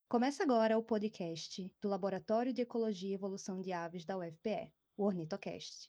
Começa agora o podcast do Laboratório de Ecologia e Evolução de Aves da UFPE, o Ornitocast.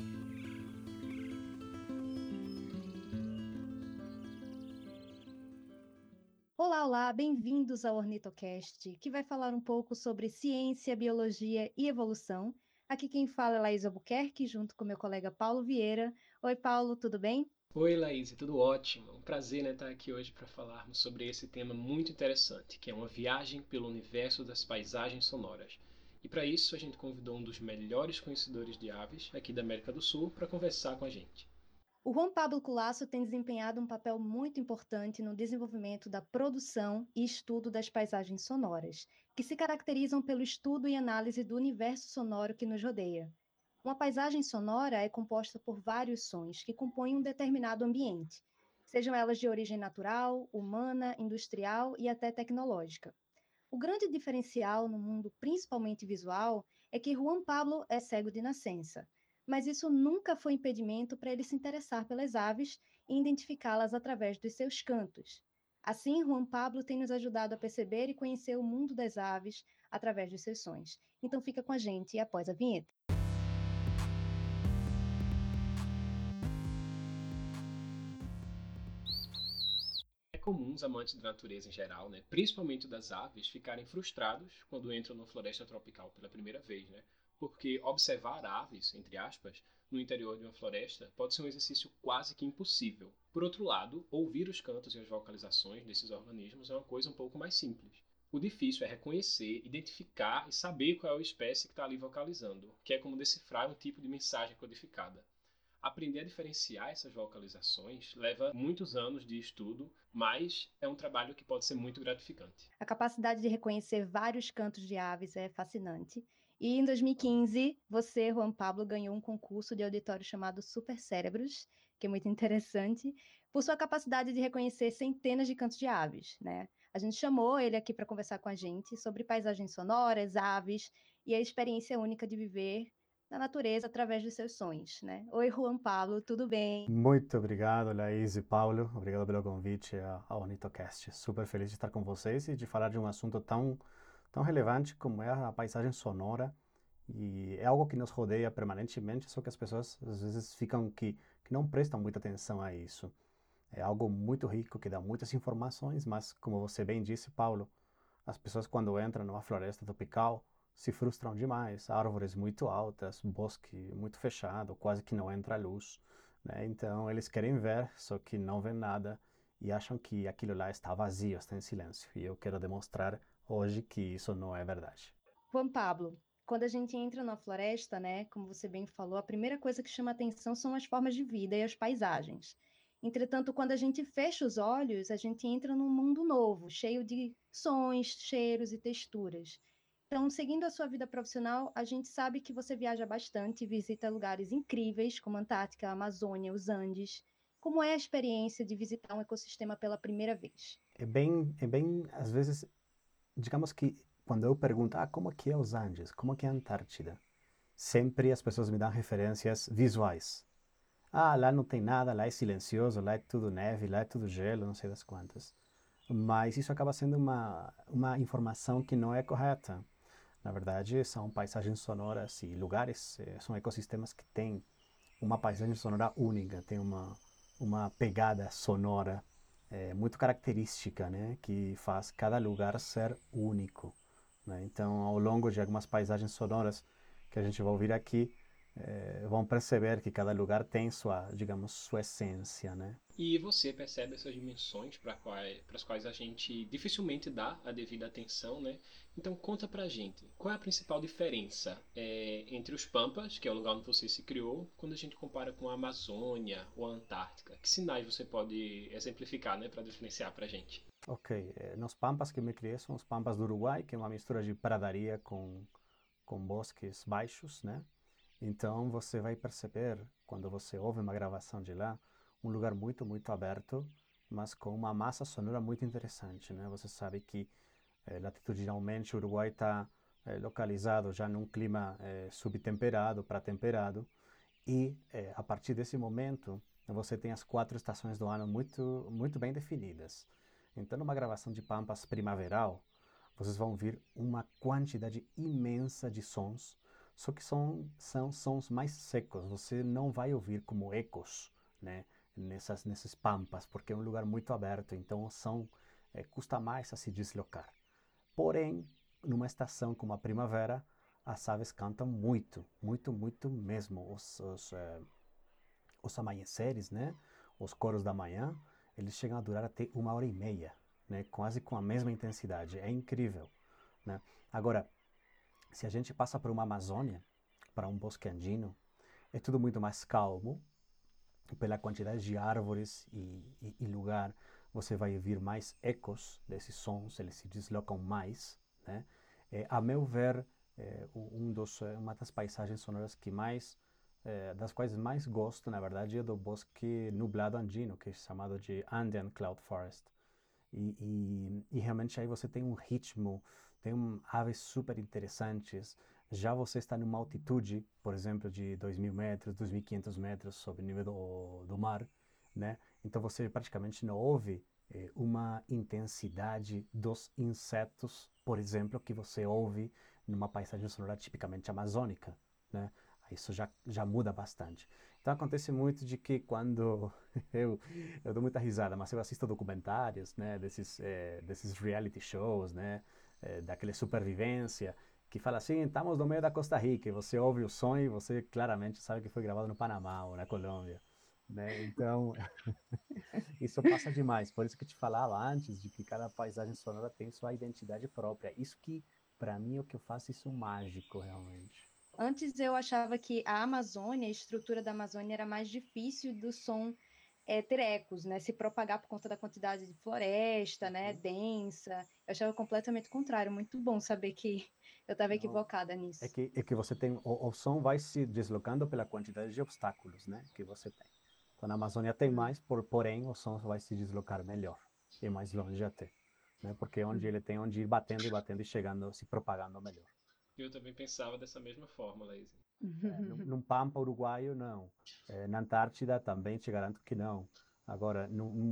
Olá, olá, bem-vindos ao Ornitocast, que vai falar um pouco sobre ciência, biologia e evolução. Aqui quem fala é Laís Albuquerque, junto com meu colega Paulo Vieira. Oi, Paulo, tudo bem? Oi, Laís, tudo ótimo. Um prazer, estar aqui hoje para falarmos sobre esse tema muito interessante, que é uma viagem pelo universo das paisagens sonoras. E para isso a gente convidou um dos melhores conhecedores de aves aqui da América do Sul para conversar com a gente. O Juan Pablo Colasso tem desempenhado um papel muito importante no desenvolvimento da produção e estudo das paisagens sonoras, que se caracterizam pelo estudo e análise do universo sonoro que nos rodeia. Uma paisagem sonora é composta por vários sons que compõem um determinado ambiente, sejam elas de origem natural, humana, industrial e até tecnológica. O grande diferencial no mundo, principalmente visual, é que Juan Pablo é cego de nascença, mas isso nunca foi impedimento para ele se interessar pelas aves e identificá-las através dos seus cantos. Assim, Juan Pablo tem nos ajudado a perceber e conhecer o mundo das aves através dos seus sons. Então fica com a gente após a vinheta. É comum os amantes da natureza em geral, principalmente das aves, ficarem frustrados quando entram numa floresta tropical pela primeira vez, porque observar aves, entre aspas, no interior de uma floresta pode ser um exercício quase que impossível. Por outro lado, ouvir os cantos e as vocalizações desses organismos é uma coisa um pouco mais simples. O difícil é reconhecer, identificar e saber qual é a espécie que está ali vocalizando, que é como decifrar um tipo de mensagem codificada. Aprender a diferenciar essas vocalizações leva muitos anos de estudo, mas é um trabalho que pode ser muito gratificante. A capacidade de reconhecer vários cantos de aves é fascinante. E em 2015, você, Juan Pablo, ganhou um concurso de auditório chamado Super Cérebros, que é muito interessante, por sua capacidade de reconhecer centenas de cantos de aves, né? A gente chamou ele aqui para conversar com a gente sobre paisagens sonoras, aves e a experiência única de viver na natureza através dos seus sons, né? Oi, Juan Pablo, tudo bem? Muito obrigado, Laís e Paulo. Obrigado pelo convite ao Ornitocast. Super feliz de estar com vocês e de falar de um assunto tão relevante como é a paisagem sonora. E é algo que nos rodeia permanentemente, só que as pessoas às vezes que não prestam muita atenção a isso. É algo muito rico, que dá muitas informações, mas como você bem disse, Paulo, as pessoas quando entram numa floresta tropical se frustram demais. Árvores muito altas, bosque muito fechado, quase que não entra luz, né? Então eles querem ver, só que não vêem nada e acham que aquilo lá está vazio, está em silêncio. E eu quero demonstrar hoje que isso não é verdade. Juan Pablo, quando a gente entra na floresta, né, como você bem falou, a primeira coisa que chama atenção são as formas de vida e as paisagens. Entretanto, quando a gente fecha os olhos, a gente entra num mundo novo, cheio de sons, cheiros e texturas. Então, seguindo a sua vida profissional, a gente sabe que você viaja bastante e visita lugares incríveis, como a Antártica, a Amazônia, os Andes. Como é a experiência de visitar um ecossistema pela primeira vez? É bem, às vezes, digamos que quando eu pergunto, como que é os Andes, como que é a Antártida, sempre as pessoas me dão referências visuais. Lá não tem nada, lá é silencioso, lá é tudo neve, lá é tudo gelo, não sei das quantas. Mas isso acaba sendo uma informação que não é correta. Na verdade, são paisagens sonoras e lugares, são ecossistemas que têm uma paisagem sonora única, tem uma pegada sonora muito característica, né, que faz cada lugar ser único. Né? Então, ao longo de algumas paisagens sonoras que a gente vai ouvir aqui, vão perceber que cada lugar tem sua, digamos, sua essência, né? E você percebe essas dimensões para as quais a gente dificilmente dá a devida atenção, Então conta pra gente, qual é a principal diferença entre os Pampas, que é o lugar onde você se criou, quando a gente compara com a Amazônia ou a Antártica? Que sinais você pode exemplificar, para diferenciar pra gente? Ok, nos pampas que me criei são os pampas do Uruguai, que é uma mistura de pradaria com bosques baixos, né? Então você vai perceber, quando você ouve uma gravação de lá, um lugar muito aberto, mas com uma massa sonora muito interessante, né? Você sabe que latitudinalmente o Uruguai está localizado já num clima subtemperado para temperado, e a partir desse momento você tem as 4 estações do ano muito bem definidas. Então, numa gravação de pampas primaveral, vocês vão ouvir uma quantidade imensa de sons, só que são sons mais secos. Você não vai ouvir como ecos, né, nessas pampas, porque é um lugar muito aberto, então o som custa mais a se deslocar. Porém, numa estação como a primavera, as aves cantam muito, muito, muito mesmo. Os amanheceres, né? Os coros da manhã, eles chegam a durar até 1 hora e meia, né? Quase com a mesma intensidade. É incrível, né? Agora, se a gente passa para uma Amazônia, para um bosque andino, é tudo muito mais calmo. Pela quantidade de árvores e lugar, você vai ouvir mais ecos desses sons, eles se deslocam mais, né? A meu ver, uma das paisagens sonoras das quais mais gosto, na verdade, é do bosque nublado andino, que é chamado de Andean Cloud Forest. E realmente aí você tem um ritmo, aves super interessantes. Já você está numa altitude, por exemplo, de 2.000 metros, 2.500 metros sobre o nível do mar, né? Então você praticamente não ouve uma intensidade dos insetos, por exemplo, que você ouve numa paisagem sonora tipicamente amazônica, né? Isso já muda bastante. Então acontece muito de que quando eu, eu dou muita risada, mas eu assisto documentários, né, desses reality shows, né, daquele supervivência, que fala assim, estamos no meio da Costa Rica, e você ouve o som e você claramente sabe que foi gravado no Panamá ou na Colômbia, né? Então, isso passa demais. Por isso que eu te falava antes de que cada paisagem sonora tem sua identidade própria. Isso que, para mim, é o que eu faço isso mágico, realmente. Antes eu achava que a Amazônia, a estrutura da Amazônia era mais difícil do som ter ecos, né? Se propagar por conta da quantidade de floresta, né? Densa. Eu achava completamente o contrário. Muito bom saber que eu estava Não, equivocada é nisso. que, é que você tem, o som vai se deslocando pela quantidade de obstáculos, né, que você tem. Então, na Amazônia tem Hum, mais, porém, o som vai se deslocar melhor e mais longe até, né, porque onde hum. ele tem onde ir batendo e batendo e chegando, se propagando melhor. Eu também pensava dessa mesma forma, Lazy. Num Pampa uruguaio, não. Na Antártida também te garanto que não. Agora,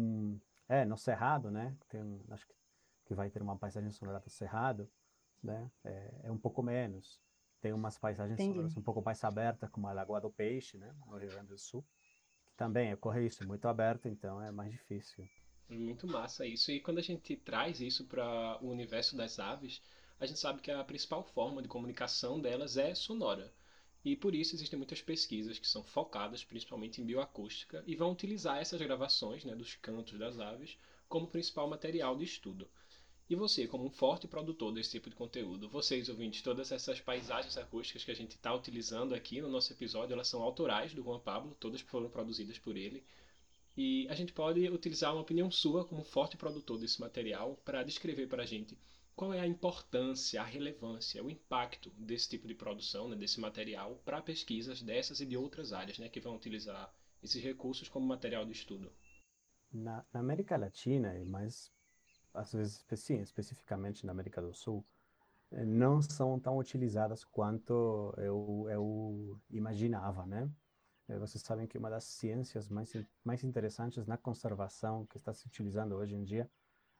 no Cerrado, né, acho que vai ter uma paisagem sonora do Cerrado, né? É um pouco menos. Tem umas paisagens sonoras Entendi. um pouco mais abertas, como a Lagoa do Peixe, né? No Rio Grande do Sul, que também ocorre isso, muito aberto, então é mais difícil. Muito massa isso. E quando a gente traz isso para o universo das aves, a gente sabe que a principal forma de comunicação delas é sonora. E por isso existem muitas pesquisas que são focadas principalmente em bioacústica e vão utilizar essas gravações, né, dos cantos das aves como principal material de estudo. E você, como um forte produtor desse tipo de conteúdo, vocês ouvintes, todas essas paisagens acústicas que a gente está utilizando aqui no nosso episódio, elas são autorais do Juan Pablo, todas foram produzidas por ele. E a gente pode utilizar uma opinião sua como forte produtor desse material para descrever para a gente qual é a importância, a relevância, o impacto desse tipo de produção, né, desse material, para pesquisas dessas e de outras áreas, né, que vão utilizar esses recursos como material de estudo. Na América Latina, e mais, às vezes, sim, especificamente na América do Sul, não são tão utilizadas quanto eu imaginava, né? Vocês sabem que uma das ciências mais interessantes na conservação que está se utilizando hoje em dia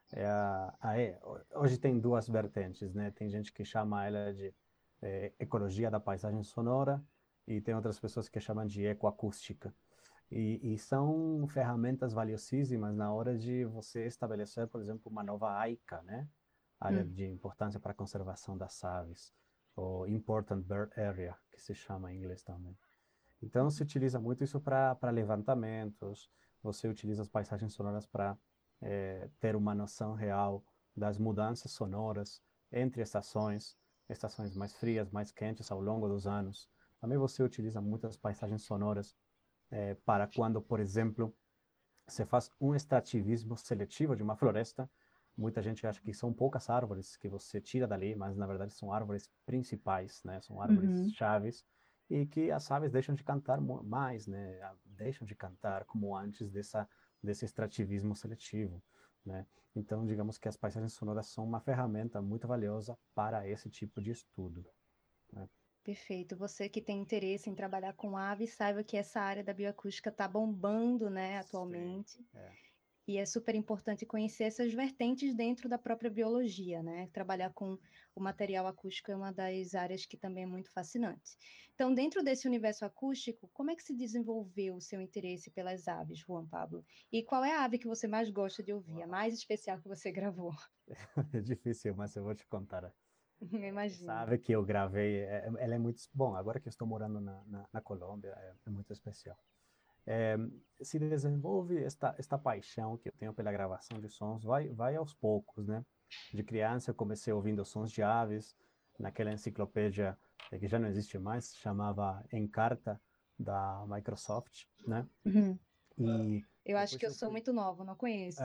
hoje tem duas vertentes, né? Tem gente que chama ela de ecologia da paisagem sonora e tem outras pessoas que chamam de ecoacústica. E são ferramentas valiosíssimas na hora de você estabelecer, por exemplo, uma nova AICA, né? Área Hum, de importância para a conservação das aves, ou Important Bird Area, que se chama em inglês também. Então, se utiliza muito isso para levantamentos, você utiliza as paisagens sonoras para ter uma noção real das mudanças sonoras entre estações mais frias, mais quentes ao longo dos anos. Também você utiliza muitas paisagens sonoras para quando, por exemplo, você faz um extrativismo seletivo de uma floresta. Muita gente acha que são poucas árvores que você tira dali, mas na verdade são árvores principais, né? São árvores uhum. chaves e que as aves deixam de cantar mais, né? Deixam de cantar como antes desse extrativismo seletivo, né? Então, digamos que as paisagens sonoras são uma ferramenta muito valiosa para esse tipo de estudo, né? Perfeito. Você que tem interesse em trabalhar com aves, saiba que essa área da bioacústica está bombando, né, Sim, atualmente. é. E é super importante conhecer essas vertentes dentro da própria biologia, né? Trabalhar com o material acústico é uma das áreas que também é muito fascinante. Então, dentro desse universo acústico, como é que se desenvolveu o seu interesse pelas aves, Juan Pablo? E qual é a ave que você mais gosta de ouvir, a Uau. mais especial que você gravou? É difícil, mas eu vou te contar. Eu Essa imagino. ave que eu gravei, ela é muito... Bom, agora que eu estou morando na Colômbia, é muito especial. É, se desenvolve esta paixão que eu tenho pela gravação de sons, vai aos poucos, né? De criança eu comecei ouvindo sons de aves, naquela enciclopédia que já não existe mais, chamava Encarta, da Microsoft, né? Uhum. E Eu acho depois que eu eu sou fui... muito nova, não conheço.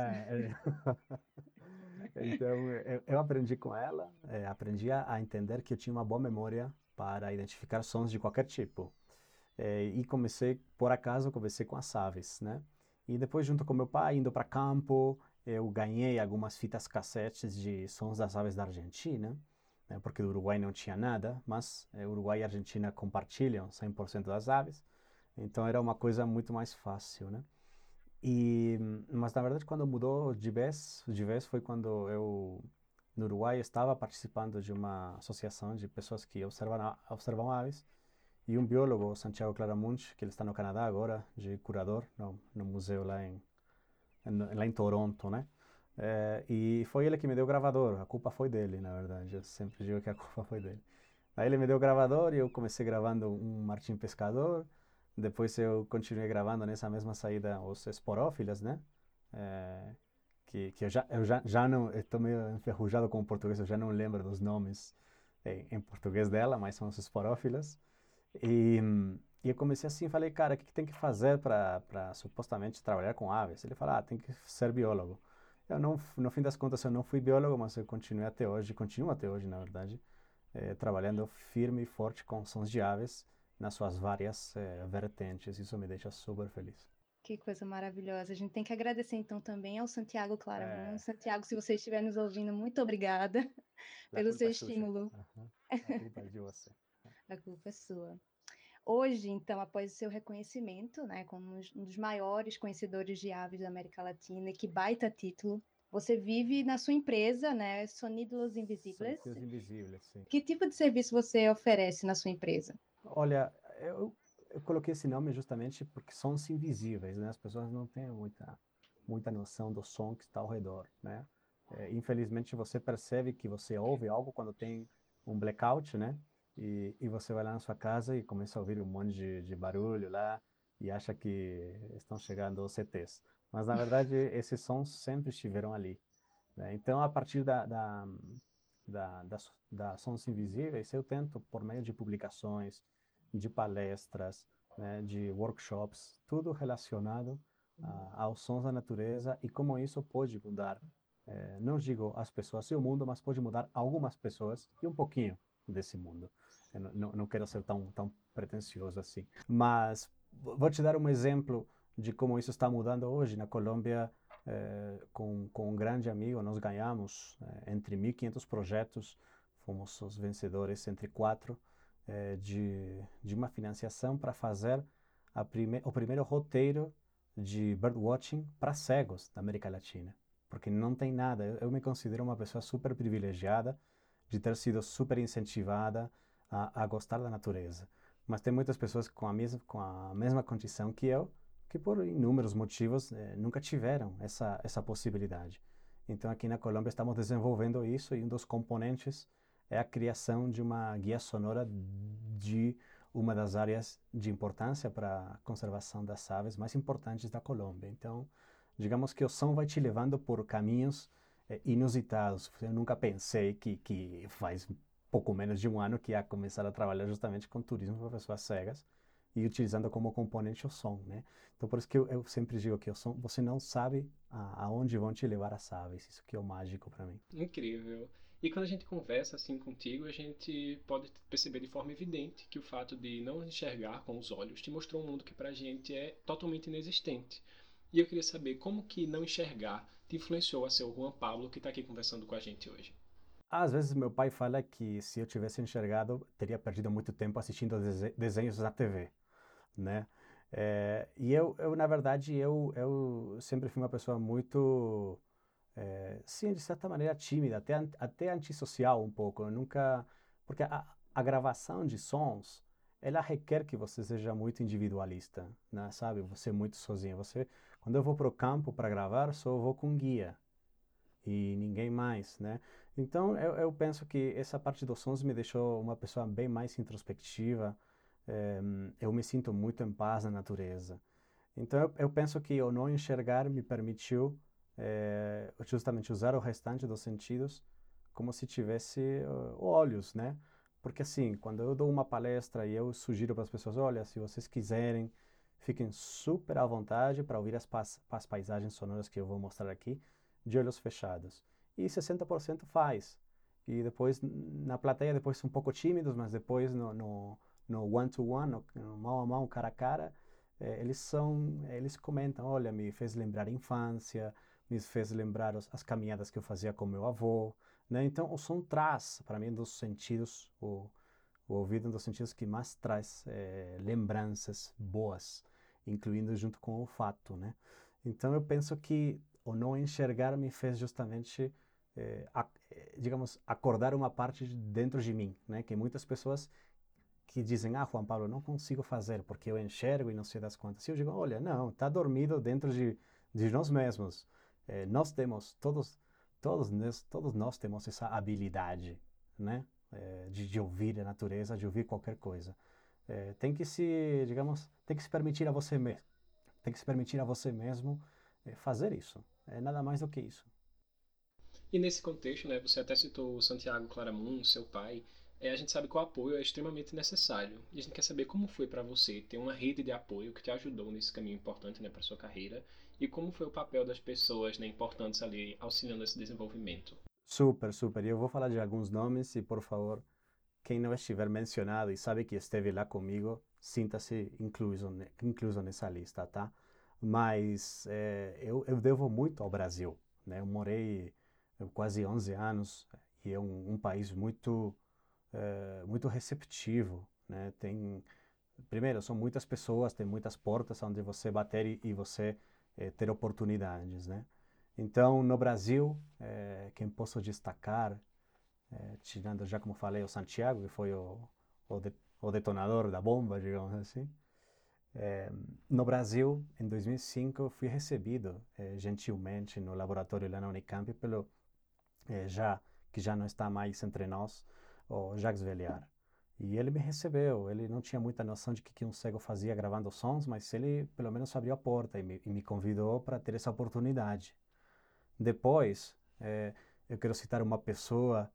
Então, eu aprendi com ela, aprendi a entender que eu tinha uma boa memória para identificar sons de qualquer tipo. E comecei, por acaso, comecei com as aves, né? E depois, junto com meu pai, indo para campo, eu ganhei algumas fitas cassetes de sons das aves da Argentina, né? Porque do Uruguai não tinha nada, mas Uruguai e Argentina compartilham 100% das aves, então era uma coisa muito mais fácil, né? Mas na verdade, quando mudou de vez foi quando eu, no Uruguai, estava participando de uma associação de pessoas que observam aves, e um biólogo, Santiago Claramunt, que ele está no Canadá agora, de curador no museu lá em Toronto, né? E foi ele que me deu o gravador, a culpa foi dele, na verdade, eu sempre digo que a culpa foi dele. Aí ele me deu o gravador e eu comecei gravando um martim pescador, depois eu continuei gravando nessa mesma saída os esporófilas, né? É, que eu já não, estou meio enferrujado com o português, eu já não lembro dos nomes em português dela, mas são os esporófilas. E, e eu comecei assim, falei, cara, o que tem que fazer para supostamente trabalhar com aves? Ele falou, tem que ser biólogo. Eu não, no fim das contas, eu não fui biólogo, mas eu continuei até hoje, continuo até hoje, na verdade, trabalhando firme e forte com sons de aves nas suas várias vertentes. Isso me deixa super feliz. Que coisa maravilhosa. A gente tem que agradecer então também ao Santiago Claramunt. É, Santiago, se você estiver nos ouvindo, muito obrigada a pelo culpa seu é sua. estímulo. Aham. A culpa é de você. A culpa é sua. Hoje, então, após o seu reconhecimento, né, como um dos maiores conhecedores de aves da América Latina, que baita título, você vive na sua empresa, né, Sonidos Invisíveis. Sonidos invisíveis, sim. Que tipo de serviço você oferece na sua empresa? Olha, eu coloquei esse nome justamente porque sons invisíveis, né? As pessoas não têm muita noção do som que está ao redor, né? Infelizmente, você percebe que você ouve algo quando tem um blackout, né? E você vai lá na sua casa e começa a ouvir um monte de barulho lá e acha que estão chegando os CTs. Mas, na verdade, esses sons sempre estiveram ali, né? Então, a partir da Sons Invisíveis, eu tento, por meio de publicações, de palestras, né, de workshops, tudo relacionado aos sons da natureza e como isso pode mudar, não digo as pessoas e o mundo, mas pode mudar algumas pessoas e um pouquinho desse mundo. Eu não quero ser tão pretensioso assim. Mas vou te dar um exemplo de como isso está mudando hoje. Na Colômbia, com um grande amigo, nós ganhamos entre 1.500 projetos, fomos os vencedores entre quatro, de uma financiação para fazer o primeiro roteiro de birdwatching para cegos da América Latina. Porque não tem nada, eu me considero uma pessoa super privilegiada de ter sido super incentivada a gostar da natureza. Mas tem muitas pessoas com a mesma condição que eu, que por inúmeros motivos nunca tiveram essa possibilidade. Então aqui na Colômbia estamos desenvolvendo isso e um dos componentes é a criação de uma guia sonora de uma das áreas de importância para a conservação das aves mais importantes da Colômbia. Então, digamos que o som vai te levando por caminhos inusitados. Eu nunca pensei que faz pouco menos de um ano que ia começar a trabalhar justamente com turismo para pessoas cegas e utilizando como componente o som, né? Então, por isso que eu sempre digo que o som, você não sabe aonde vão te levar as aves. Isso que é o mágico para mim. Incrível. E quando a gente conversa assim contigo, a gente pode perceber de forma evidente que o fato de não enxergar com os olhos te mostrou um mundo que pra gente é totalmente inexistente. E eu queria saber como que não enxergar te influenciou a ser o Juan Pablo que está aqui conversando com a gente hoje. Às vezes meu pai fala que se eu tivesse enxergado, teria perdido muito tempo assistindo desenhos na TV, né? Na verdade, eu sempre fui uma pessoa muito, sim, de certa maneira tímida, até antissocial um pouco. Eu nunca, porque a gravação de sons, ela requer que você seja muito individualista, né? Sabe? Você é muito sozinho. Quando eu vou para o campo para gravar, só vou com guia e ninguém mais, né? Então, eu penso que essa parte dos sons me deixou uma pessoa bem mais introspectiva. Eu me sinto muito em paz na natureza. Então, eu penso que o não enxergar me permitiu justamente usar o restante dos sentidos como se tivesse olhos, né? Porque assim, quando eu dou uma palestra e eu sugiro para as pessoas, olha, se vocês quiserem, fiquem super à vontade para ouvir as paisagens sonoras que eu vou mostrar aqui, de olhos fechados. E 60% faz. E depois, na plateia, depois um pouco tímidos, mas depois no one-to-one, no mão a mão, cara a cara, eles comentam, olha, me fez lembrar a infância, me fez lembrar as caminhadas que eu fazia com meu avô, né? Então, o som traz, para mim, dos sentidos, o ouvido é um dos sentidos que mais traz lembranças boas, incluindo junto com o olfato, né? Então, eu penso que o não enxergar me fez justamente, digamos, acordar uma parte dentro de mim, né? Que muitas pessoas que dizem, ah, Juan Pablo, não consigo fazer porque eu enxergo e não sei das quantas. E eu digo, olha, não, está dormido dentro de nós mesmos. Nós temos, todos nós temos essa habilidade, né? De ouvir a natureza, de ouvir qualquer coisa. Tem que se, digamos, tem que se permitir a você mesmo, tem que se permitir a você mesmo fazer isso. É nada mais do que isso. E nesse contexto, né, você até citou o Santiago Claramunt, seu pai. A gente sabe que o apoio é extremamente necessário. E a gente quer saber como foi para você ter uma rede de apoio que te ajudou nesse caminho importante, né, para sua carreira, e como foi o papel das pessoas, né, importantes ali auxiliando esse desenvolvimento. Super, super. E eu vou falar de alguns nomes e, por favor, quem não estiver mencionado e sabe que esteve lá comigo, sinta-se incluso nessa lista, tá? Mas eu devo muito ao Brasil, né? Eu morei quase 11 anos e é um país muito receptivo, né? Primeiro, são muitas pessoas, tem muitas portas onde você bater e você ter oportunidades, né? Então, no Brasil, quem posso destacar tirando já como falei o Santiago, que foi o detonador da bomba, digamos assim. No Brasil, em 2005, eu fui recebido gentilmente no laboratório lá na Unicamp pelo, que já não está mais entre nós, o Jacques Velliard. E ele me recebeu, ele não tinha muita noção de que um cego fazia gravando sons, mas ele pelo menos abriu a porta e me convidou para ter essa oportunidade. Depois, eu quero citar uma pessoa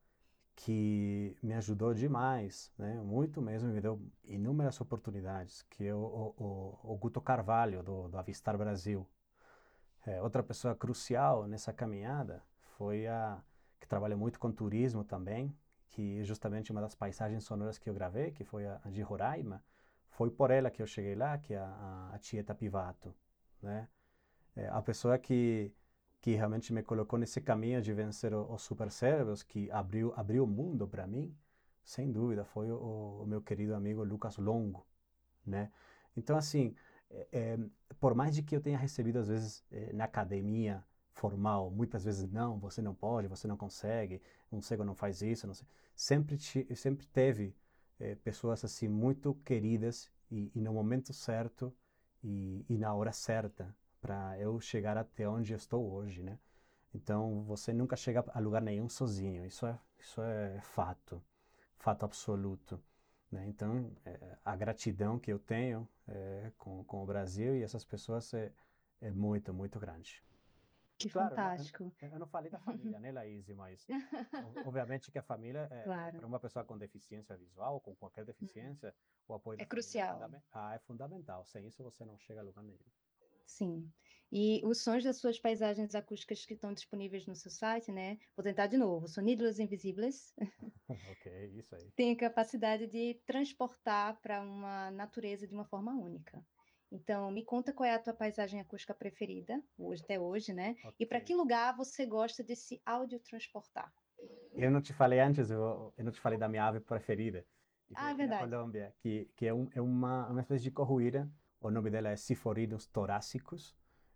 que me ajudou demais, né? Muito mesmo, me deu inúmeras oportunidades, que é o Guto Carvalho, do Avistar Brasil. Outra pessoa crucial nessa caminhada foi que trabalha muito com turismo também, que é justamente uma das paisagens sonoras que eu gravei, que foi a de Roraima, foi por ela que eu cheguei lá, que é a Tieta Pivato, né? A pessoa que realmente me colocou nesse caminho de vencer os supercérebros, que abriu o mundo para mim, sem dúvida, foi o meu querido amigo Lucas Longo, né? Então, assim, é, é, por mais de que eu tenha recebido, às vezes, na academia formal, muitas vezes, não, você não pode, você não consegue, um cego não faz isso, não sei. Sempre teve pessoas, assim, muito queridas e no momento certo e na hora certa para eu chegar até onde eu estou hoje, né? Então, você nunca chega a lugar nenhum sozinho, isso é fato, fato absoluto, né? Então, a gratidão que eu tenho com o Brasil e essas pessoas é muito, muito grande. Que Claro, fantástico. eu não falei da família, né, Laís? Mas obviamente que a família, Claro, para uma pessoa com deficiência visual, com qualquer deficiência, o apoio é da família crucial. é fundamental. Sem isso você não chega a lugar nenhum. Sim. E os sons das suas paisagens acústicas que estão disponíveis no seu site, né? Vou tentar de novo. Sonídulas Invisíveis Ok, isso aí. têm a capacidade de transportar para uma natureza de uma forma única. Então, me conta qual é a tua paisagem acústica preferida, hoje, até hoje, né? E para Ok. que lugar você gosta de se audiotransportar? Eu não te falei antes, eu não te falei da minha ave preferida, que foi Ah, é aqui na verdade. Colômbia, que é uma espécie de corruíra, O nome dela é Siphorinus thoracicus.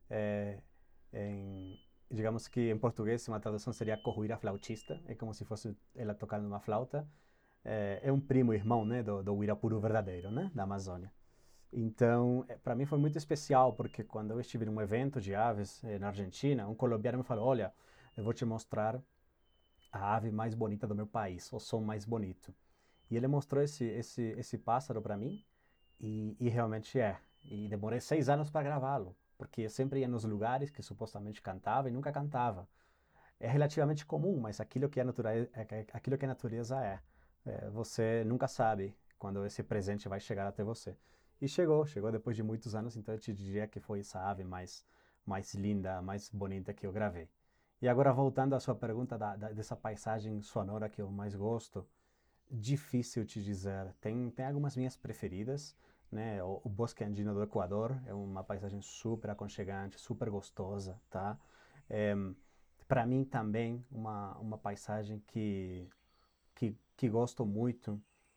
Digamos que em português uma tradução seria corruíra flautista. É como se fosse ela tocando uma flauta. É um primo irmão, né, do uirapuru verdadeiro, né, da Amazônia. Então, para mim foi muito especial, porque quando eu estive num evento de aves na Argentina, um colombiano me falou: olha, eu vou te mostrar a ave mais bonita do meu país, o som mais bonito. E ele mostrou esse pássaro para mim, e realmente é. E demorei 6 anos para gravá-lo, porque eu sempre ia nos lugares que supostamente cantava e nunca cantava. É relativamente comum, mas aquilo que a natureza é. Você nunca sabe quando esse presente vai chegar até você. E chegou depois de muitos anos, então eu te diria que foi essa ave mais linda, mais bonita que eu gravei. E agora voltando à sua pergunta dessa paisagem sonora que eu mais gosto, difícil te dizer. Tem algumas minhas preferidas, né? O Bosque Andino do Equador é uma paisagem super aconchegante, super gostosa, tá? É, para mim também uma paisagem que gosto muito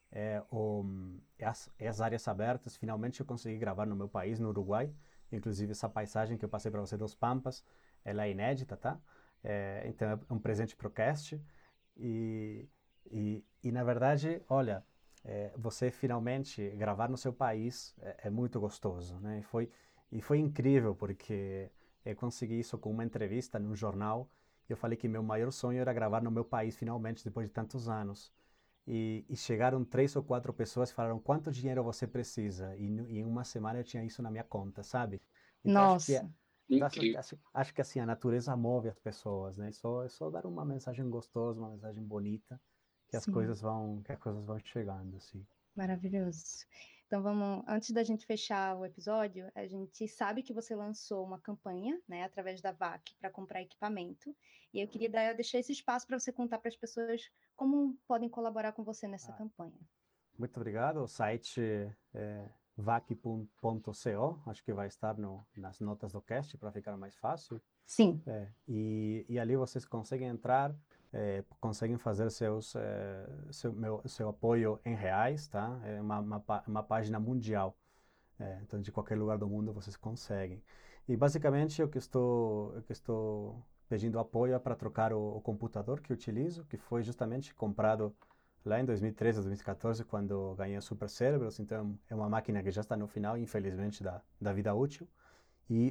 é as áreas abertas. Finalmente eu consegui gravar no meu país, no Uruguai. Inclusive essa paisagem que eu passei para você dos Pampas, ela é inédita, tá? Então é um presente pro cast. E, e na verdade, olha, você finalmente gravar no seu país é muito gostoso, né? E foi incrível porque eu consegui isso com uma entrevista num jornal. Eu falei que meu maior sonho era gravar no meu país finalmente, depois de tantos anos. E chegaram 3 ou 4 pessoas e falaram: quanto dinheiro você precisa? E em uma semana eu tinha isso na minha conta, sabe? Então Nossa, acho que assim a natureza move as pessoas, né? É só dar uma mensagem gostosa, uma mensagem bonita, que as sim. coisas vão chegando, assim. Maravilhoso. Então vamos, antes da gente fechar o episódio, a gente sabe que você lançou uma campanha, né, através da VAC para comprar equipamento, e eu queria deixar esse espaço para você contar para as pessoas como podem colaborar com você nessa campanha. Muito obrigado. O site é vac.co, acho que vai estar nas notas do cast para ficar mais fácil. Sim. E ali vocês conseguem entrar, conseguem fazer seu apoio em reais, tá? É uma página mundial. Então, de qualquer lugar do mundo vocês conseguem. E basicamente o que estou pedindo apoio é para trocar o computador que utilizo, que foi justamente comprado lá em 2013, 2014, quando ganhei o Super Cérebros. Então, é uma máquina que já está no final, infelizmente, da vida útil. E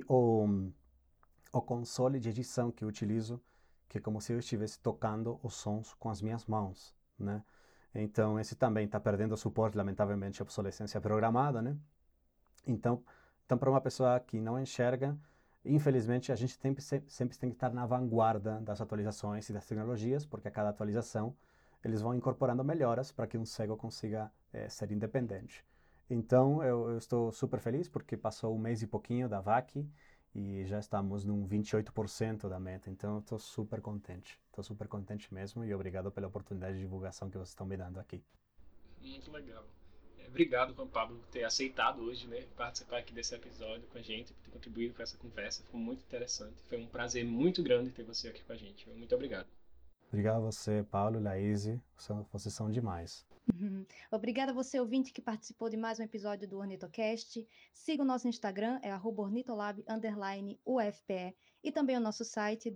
o console de edição que eu utilizo, que é como se eu estivesse tocando os sons com as minhas mãos, né? Então, esse também está perdendo suporte, lamentavelmente, a obsolescência programada, né? Então para uma pessoa que não enxerga, infelizmente, a gente sempre tem que estar na vanguarda das atualizações e das tecnologias, porque a cada atualização eles vão incorporando melhoras para que um cego consiga ser independente. Então, eu estou super feliz porque passou um mês e pouquinho da VAC e já estamos num 28% da meta. Então, estou super contente. Estou super contente mesmo e obrigado pela oportunidade de divulgação que vocês estão me dando aqui. Muito legal. Obrigado, Juan Pablo, por ter aceitado hoje, né, participar aqui desse episódio com a gente, por ter contribuído com essa conversa. Foi muito interessante. Foi um prazer muito grande ter você aqui com a gente. Muito obrigado. Obrigado a você, Paulo e Laís. Vocês são demais. Obrigada a você, ouvinte, que participou de mais um episódio do Ornitocast. Siga o nosso Instagram, é @ornitolab_UFPE, e também o nosso site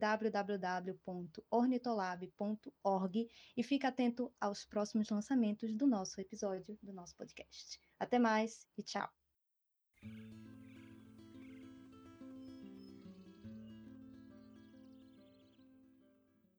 www.ornitolab.org, e fica atento aos próximos lançamentos do nosso episódio, do nosso podcast. Até mais e tchau!